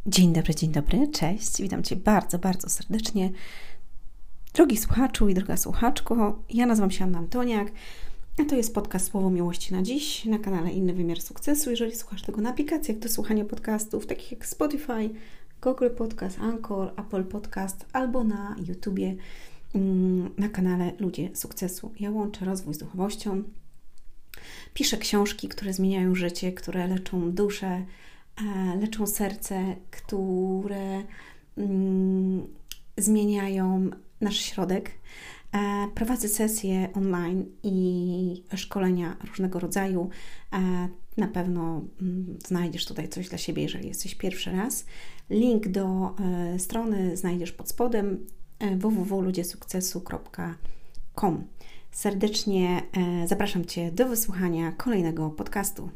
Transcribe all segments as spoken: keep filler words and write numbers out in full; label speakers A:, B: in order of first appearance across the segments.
A: Dzień dobry, dzień dobry, cześć, witam Cię bardzo, bardzo serdecznie. Drogi słuchaczu i droga słuchaczko, ja nazywam się Anna Antoniak, a to jest podcast Słowo Miłości na dziś na kanale Inny Wymiar Sukcesu. Jeżeli słuchasz tego na aplikacjach do słuchania podcastów, takich jak Spotify, Google Podcast, Anchor, Apple Podcast albo na YouTubie na kanale Ludzie Sukcesu. Ja łączę rozwój z duchowością, piszę książki, które zmieniają życie, które leczą duszę, leczą serce, które mm, zmieniają nasz środek. E, prowadzę sesje online i szkolenia różnego rodzaju. E, na pewno mm, znajdziesz tutaj coś dla siebie, jeżeli jesteś pierwszy raz. Link do e, strony znajdziesz pod spodem e, w w w kropka ludzie sukcesu kropka com. Serdecznie e, zapraszam Cię do wysłuchania kolejnego podcastu.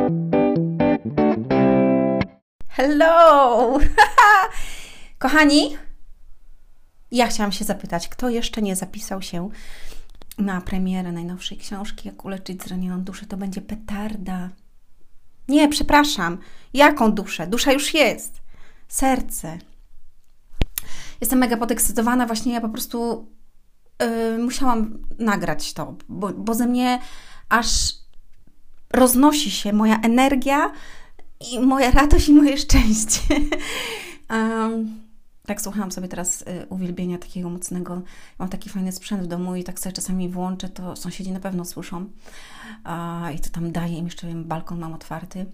A: Hello! Kochani, ja chciałam się zapytać, kto jeszcze nie zapisał się na premierę najnowszej książki Jak uleczyć zranioną duszę? To będzie petarda. Nie, przepraszam. Jaką duszę? Dusza już jest. Serce. Jestem mega podekscytowana. Właśnie ja po prostu yy, musiałam nagrać to, bo, bo ze mnie aż roznosi się moja energia i moja radość i moje szczęście. um, tak słuchałam sobie teraz y, uwielbienia takiego mocnego. Mam taki fajny sprzęt w domu i tak sobie czasami włączę, to sąsiedzi na pewno słyszą. Uh, I to tam daje im, jeszcze wiem, balkon mam otwarty.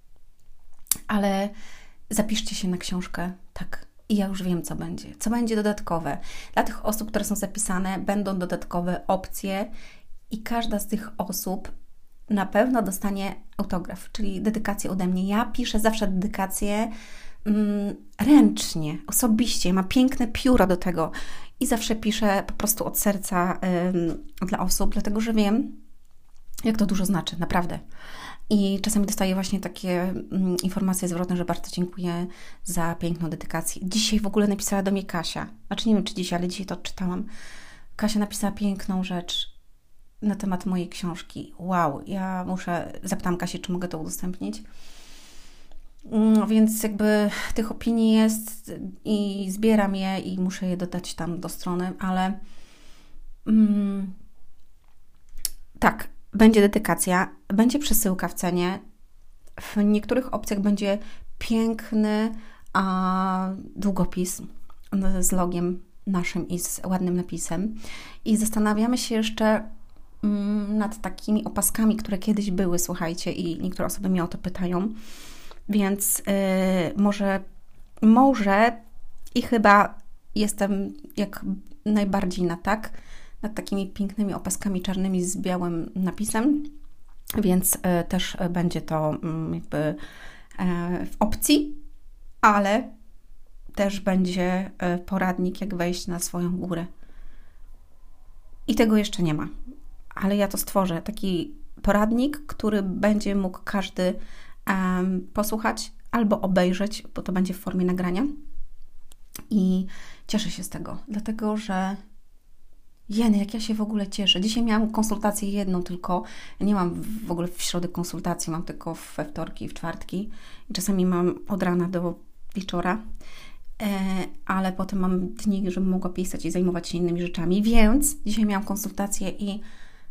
A: Ale zapiszcie się na książkę, tak. I ja już wiem, co będzie. Co będzie dodatkowe. Dla tych osób, które są zapisane, będą dodatkowe opcje i każda z tych osób na pewno dostanie autograf, czyli dedykację ode mnie. Ja piszę zawsze dedykację mm, ręcznie, osobiście. Mam piękne pióro do tego i zawsze piszę po prostu od serca ym, dla osób, dlatego że wiem, jak to dużo znaczy, naprawdę. I czasami dostaję właśnie takie mm, informacje zwrotne, że bardzo dziękuję za piękną dedykację. Dzisiaj w ogóle napisała do mnie Kasia. Znaczy nie wiem, czy dzisiaj, ale dzisiaj to odczytałam. Kasia napisała piękną rzecz na temat mojej książki. Wow, ja muszę, zapytam Kasię, czy mogę to udostępnić. No, więc jakby tych opinii jest i zbieram je i muszę je dodać tam do strony, ale mm, tak, będzie dedykacja, będzie przesyłka w cenie. W niektórych opcjach będzie piękny a, długopis z logiem naszym i z ładnym napisem. I zastanawiamy się jeszcze nad takimi opaskami, które kiedyś były, słuchajcie, i niektóre osoby mnie o to pytają, więc yy, może, może i chyba jestem jak najbardziej na tak, nad takimi pięknymi opaskami czarnymi z białym napisem, więc yy, też będzie to yy, jakby yy, w opcji, ale też będzie yy, poradnik, jak wejść na swoją górę. I tego jeszcze nie ma. Ale ja to stworzę, taki poradnik, który będzie mógł każdy um, posłuchać albo obejrzeć, bo to będzie w formie nagrania. I cieszę się z tego, dlatego że jeny, jak ja się w ogóle cieszę. Dzisiaj miałam konsultację jedną tylko, nie mam w ogóle w środę konsultacji, mam tylko we wtorki i w czwartki. I czasami mam od rana do wieczora, e, ale potem mam dni, żebym mogła pisać i zajmować się innymi rzeczami, więc dzisiaj miałam konsultację i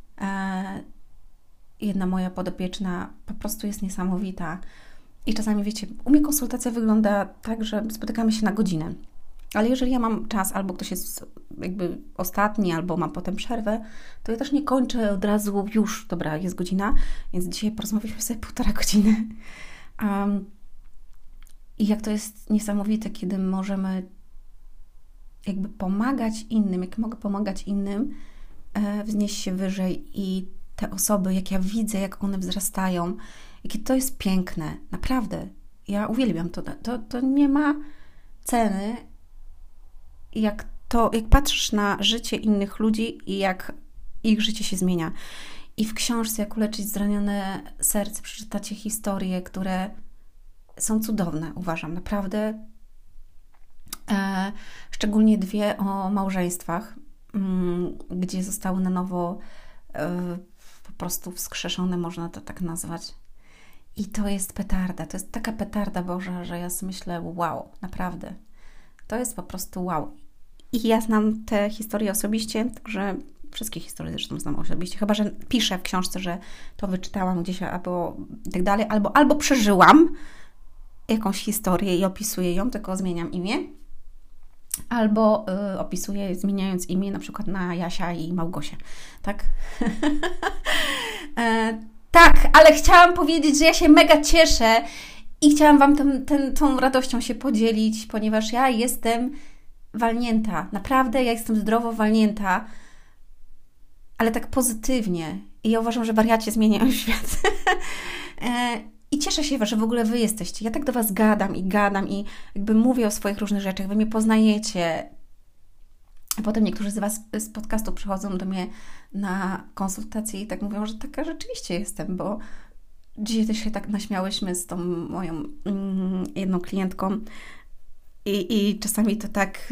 A: jedna moja podopieczna po prostu jest niesamowita. I czasami, wiecie, u mnie konsultacja wygląda tak, że spotykamy się na godzinę. Ale jeżeli ja mam czas, albo ktoś jest jakby ostatni, albo mam potem przerwę, to ja też nie kończę od razu, już, dobra, jest godzina, więc dzisiaj porozmawialiśmy sobie półtora godziny. Um, I jak to jest niesamowite, kiedy możemy jakby pomagać innym, jak mogę pomagać innym, wznieść się wyżej i te osoby, jak ja widzę, jak one wzrastają, jakie to jest piękne, naprawdę, ja uwielbiam to, to, to nie ma ceny, jak to, jak patrzysz na życie innych ludzi i jak ich życie się zmienia. I w książce Jak uleczyć zranione serce przeczytacie historie, które są cudowne, uważam, naprawdę, e, szczególnie dwie o małżeństwach, gdzie zostały na nowo y, po prostu wskrzeszone, można to tak nazwać. I to jest petarda, to jest taka petarda Boża, że ja sobie myślę, wow, naprawdę, to jest po prostu wow. I ja znam te historie osobiście, także wszystkie historie zresztą znam osobiście, chyba że piszę w książce, że to wyczytałam gdzieś albo i tak dalej, albo, albo przeżyłam jakąś historię i opisuję ją, tylko zmieniam imię, albo y, opisuję zmieniając imię na przykład na Jasia i Małgosię, tak? e, tak, ale chciałam powiedzieć, że ja się mega cieszę i chciałam Wam ten, ten, tą radością się podzielić, ponieważ ja jestem walnięta, naprawdę ja jestem zdrowo walnięta, ale tak pozytywnie. I ja uważam, że wariacie zmieniają świat. e, I cieszę się, że w ogóle Wy jesteście. Ja tak do Was gadam i gadam i jakby mówię o swoich różnych rzeczach. Wy mnie poznajecie. A potem niektórzy z Was z podcastu przychodzą do mnie na konsultacje i tak mówią, że taka rzeczywiście jestem, bo dzisiaj też się tak naśmiałyśmy z tą moją mm, jedną klientką i, i czasami to tak...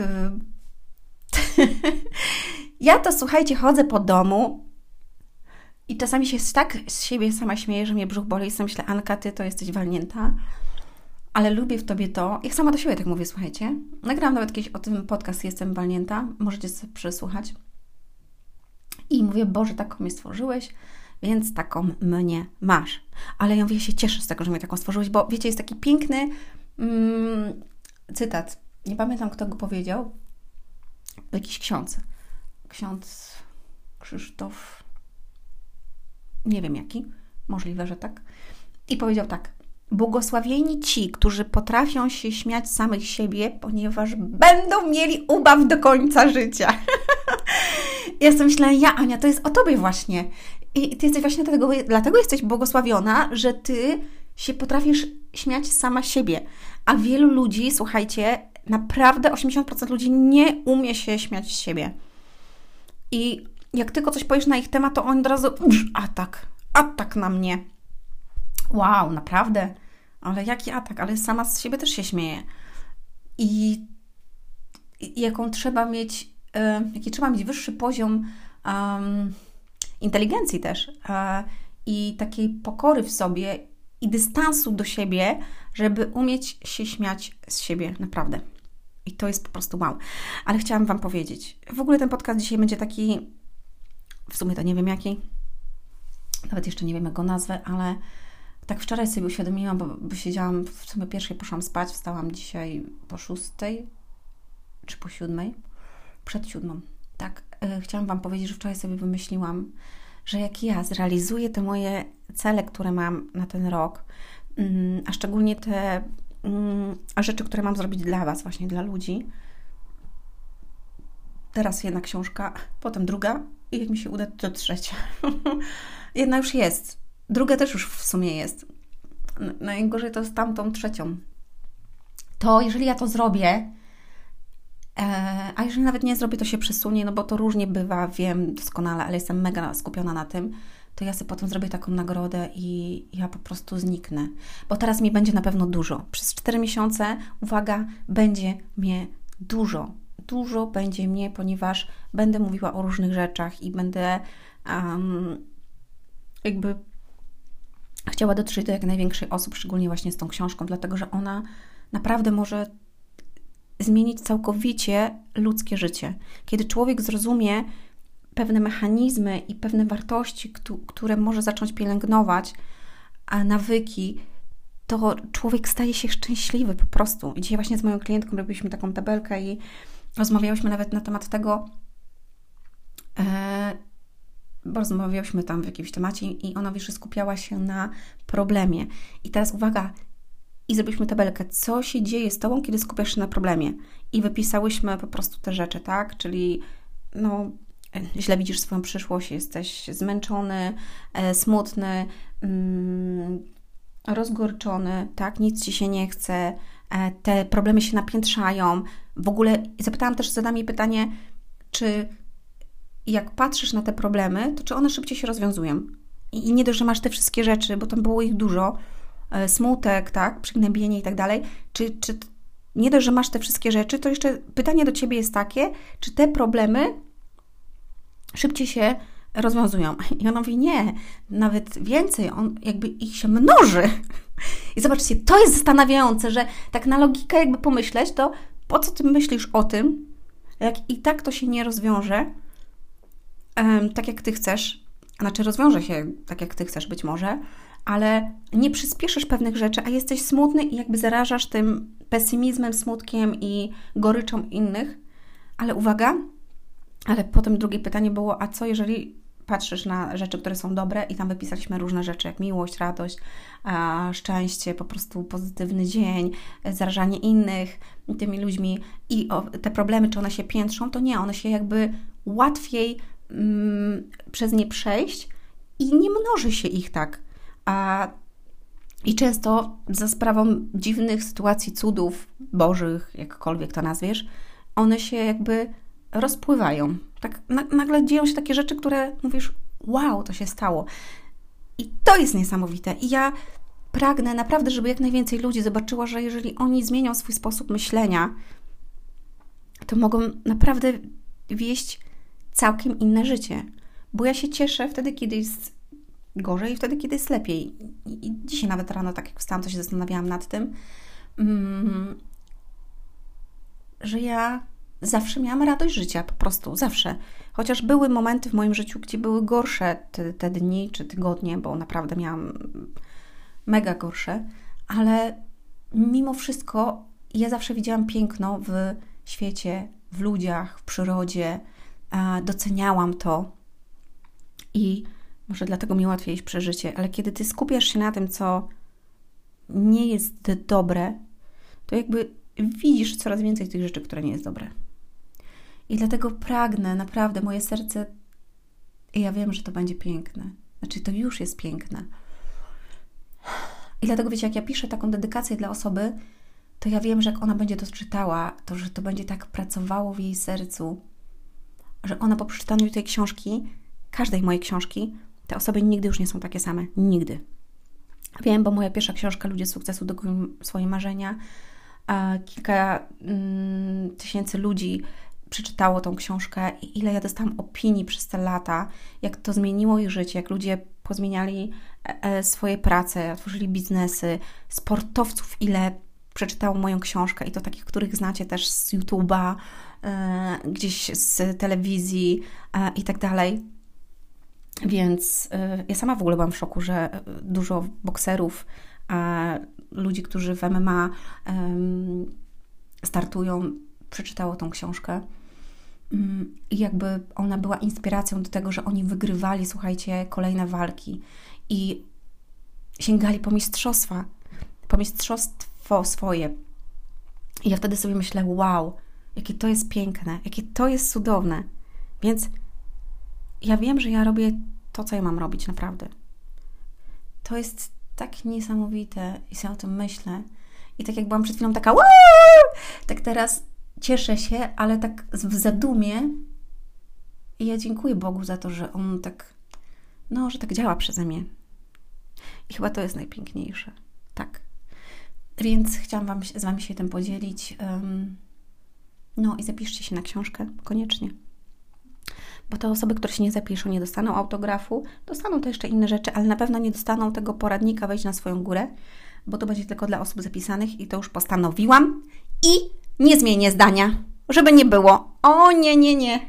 A: Ja to, słuchajcie, chodzę po domu i czasami się tak z siebie sama śmieję, że mnie brzuch boli i sobie myślę, Anka, Ty to jesteś walnięta, ale lubię w Tobie to. Jak sama do siebie tak mówię, słuchajcie. Nagrałam nawet kiedyś o tym podcast Jestem walnięta. Możecie sobie przesłuchać. I mówię, Boże, taką mnie stworzyłeś, więc taką mnie masz. Ale ja mówię, ja się cieszę z tego, że mnie taką stworzyłeś, bo wiecie, jest taki piękny mm, cytat. Nie pamiętam, kto go powiedział. Jakiś ksiądz. Ksiądz Krzysztof, nie wiem jaki, możliwe, że tak. I powiedział tak: błogosławieni ci, którzy potrafią się śmiać z samych siebie, ponieważ będą mieli ubaw do końca życia. Ja sobie myślę, ja Ania, to jest o Tobie właśnie. I Ty jesteś właśnie dlatego, dlatego jesteś błogosławiona, że Ty się potrafisz śmiać sama siebie. A wielu ludzi, słuchajcie, naprawdę osiemdziesiąt procent ludzi nie umie się śmiać z siebie. I jak tylko coś powiesz na ich temat, to oni od razu atak, atak na mnie. Wow, naprawdę? Ale jaki atak? Ale sama z siebie też się śmieję. I, i jaką trzeba mieć, e, jaki trzeba mieć wyższy poziom um, inteligencji też e, i takiej pokory w sobie i dystansu do siebie, żeby umieć się śmiać z siebie, naprawdę. I to jest po prostu wow. Ale chciałam Wam powiedzieć, w ogóle ten podcast dzisiaj będzie taki, w sumie to nie wiem jaki, nawet jeszcze nie wiem jak go nazwę, ale tak wczoraj sobie uświadomiłam, bo, bo siedziałam, w sumie pierwszej poszłam spać, wstałam dzisiaj po szóstej, czy po siódmej, przed siódmą. Tak, yy, chciałam Wam powiedzieć, że wczoraj sobie wymyśliłam, że jak ja zrealizuję te moje cele, które mam na ten rok, yy, a szczególnie te A rzeczy, które mam zrobić dla Was, właśnie dla ludzi. Teraz jedna książka, potem druga i jak mi się uda, to trzecia. Jedna już jest. Druga też już w sumie jest. Najgorzej to z tamtą trzecią. To jeżeli ja to zrobię, a jeżeli nawet nie zrobię, to się przesunie, no bo to różnie bywa, wiem doskonale, ale jestem mega skupiona na tym, to ja sobie potem zrobię taką nagrodę i ja po prostu zniknę. Bo teraz mi będzie na pewno dużo. Przez cztery miesiące, uwaga, będzie mnie dużo. Dużo będzie mnie, ponieważ będę mówiła o różnych rzeczach i będę um, jakby chciała dotrzeć do jak największej osób, szczególnie właśnie z tą książką, dlatego że ona naprawdę może zmienić całkowicie ludzkie życie. Kiedy człowiek zrozumie pewne mechanizmy i pewne wartości, które może zacząć pielęgnować, a nawyki, to człowiek staje się szczęśliwy po prostu. I dzisiaj właśnie z moją klientką robiliśmy taką tabelkę i rozmawiałyśmy nawet na temat tego, e, bo rozmawiałyśmy tam w jakimś temacie i ona, wiesz, skupiała się na problemie. I teraz uwaga, i zrobiliśmy tabelkę, co się dzieje z Tobą, kiedy skupiasz się na problemie. I wypisałyśmy po prostu te rzeczy, tak? Czyli no, źle widzisz swoją przyszłość, jesteś zmęczony, e, smutny, mm, rozgorczony, tak? Nic Ci się nie chce, e, te problemy się napiętrzają. W ogóle zapytałam też, zadam jej pytanie, czy jak patrzysz na te problemy, to czy one szybciej się rozwiązują? I, i nie dość, że masz te wszystkie rzeczy, bo tam było ich dużo, e, smutek, tak? Przygnębienie i tak dalej, czy, czy nie dość, że masz te wszystkie rzeczy, to jeszcze pytanie do Ciebie jest takie, czy te problemy szybciej się rozwiązują. I ona mówi, nie, nawet więcej, on jakby ich się mnoży. I zobaczcie, to jest zastanawiające, że tak na logikę jakby pomyśleć, to po co ty myślisz o tym, jak i tak to się nie rozwiąże, um, tak jak ty chcesz, znaczy rozwiąże się tak jak ty chcesz być może, ale nie przyspieszysz pewnych rzeczy, a jesteś smutny i jakby zarażasz tym pesymizmem, smutkiem i goryczą innych. Ale uwaga, ale potem drugie pytanie było, a co jeżeli patrzysz na rzeczy, które są dobre i tam wypisaliśmy różne rzeczy, jak miłość, radość, a, szczęście, po prostu pozytywny dzień, zarażanie innych tymi ludźmi i o, te problemy, czy one się piętrzą, to nie, one się jakby łatwiej mm, przez nie przejść i nie mnoży się ich tak. A, I często za sprawą dziwnych sytuacji, cudów bożych, jakkolwiek to nazwiesz, one się jakby rozpływają. Tak na, nagle dzieją się takie rzeczy, które mówisz, wow, to się stało. I to jest niesamowite. I ja pragnę naprawdę, żeby jak najwięcej ludzi zobaczyło, że jeżeli oni zmienią swój sposób myślenia, to mogą naprawdę wieść całkiem inne życie. Bo ja się cieszę wtedy, kiedy jest gorzej i wtedy, kiedy jest lepiej. I dzisiaj nawet rano, tak jak wstałam, to się zastanawiałam nad tym, mm, że ja zawsze miałam radość życia, po prostu, zawsze. Chociaż były momenty w moim życiu, gdzie były gorsze te, te dni czy tygodnie, bo naprawdę miałam mega gorsze, ale mimo wszystko ja zawsze widziałam piękno w świecie, w ludziach, w przyrodzie, doceniałam to i może dlatego mi łatwiej iść przeżycie, ale kiedy ty skupiasz się na tym, co nie jest dobre, to jakby widzisz coraz więcej tych rzeczy, które nie jest dobre. I dlatego pragnę, naprawdę, moje serce, i ja wiem, że to będzie piękne. Znaczy, to już jest piękne. I dlatego, wiecie, jak ja piszę taką dedykację dla osoby, to ja wiem, że jak ona będzie to czytała, to że to będzie tak pracowało w jej sercu, że ona po przeczytaniu tej książki, każdej mojej książki, te osoby nigdy już nie są takie same. Nigdy. Wiem, bo moja pierwsza książka Ludzie sukcesu dokonują swoje marzenia. A kilka mm, tysięcy ludzi przeczytało tą książkę i ile ja dostałam opinii przez te lata, jak to zmieniło ich życie, jak ludzie pozmieniali e, swoje prace, otworzyli biznesy, sportowców, ile przeczytało moją książkę i to takich, których znacie też z YouTube'a, e, gdzieś z telewizji e, i tak dalej. Więc e, ja sama w ogóle byłam w szoku, że dużo bokserów, e, ludzi, którzy w M M A e, startują, przeczytało tą książkę i jakby ona była inspiracją do tego, że oni wygrywali, słuchajcie, kolejne walki i sięgali po mistrzostwa, po mistrzostwo swoje. I ja wtedy sobie myślę, wow, jakie to jest piękne, jakie to jest cudowne. Więc ja wiem, że ja robię to, co ja mam robić, naprawdę. To jest tak niesamowite i sobie o tym myślę. I tak jak byłam przed chwilą taka, tak teraz cieszę się, ale tak w zadumie i ja dziękuję Bogu za to, że On tak, no, że tak działa przeze mnie. I chyba to jest najpiękniejsze. Tak. Więc chciałam wam, z Wami się tym podzielić. Um, no i zapiszcie się na książkę, koniecznie. Bo te osoby, które się nie zapiszą, nie dostaną autografu, dostaną to jeszcze inne rzeczy, ale na pewno nie dostaną tego poradnika Wejść na swoją górę, bo to będzie tylko dla osób zapisanych i to już postanowiłam. I nie zmienię zdania, żeby nie było. O nie, nie, nie.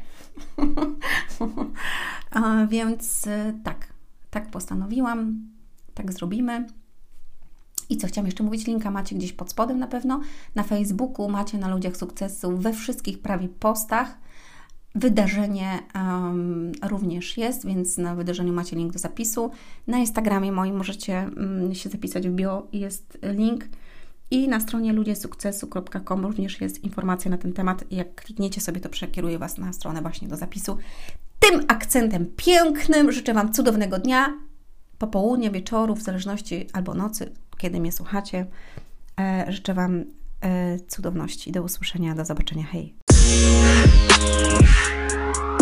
A: A więc tak, tak postanowiłam, tak zrobimy. I co chciałam jeszcze mówić, linka macie gdzieś pod spodem na pewno. Na Facebooku macie, na Ludziach Sukcesu, we wszystkich prawie postach. Wydarzenie um, również jest, więc na wydarzeniu macie link do zapisu. Na Instagramie moim możecie um, się zapisać w bio, jest link. I na stronie ludzie sukcesu kropka com również jest informacja na ten temat. Jak klikniecie sobie, to przekieruje Was na stronę właśnie do zapisu. Tym akcentem pięknym życzę Wam cudownego dnia, popołudnia, wieczoru, w zależności albo nocy, kiedy mnie słuchacie. E, życzę Wam e, cudowności. Do usłyszenia, do zobaczenia. Hej!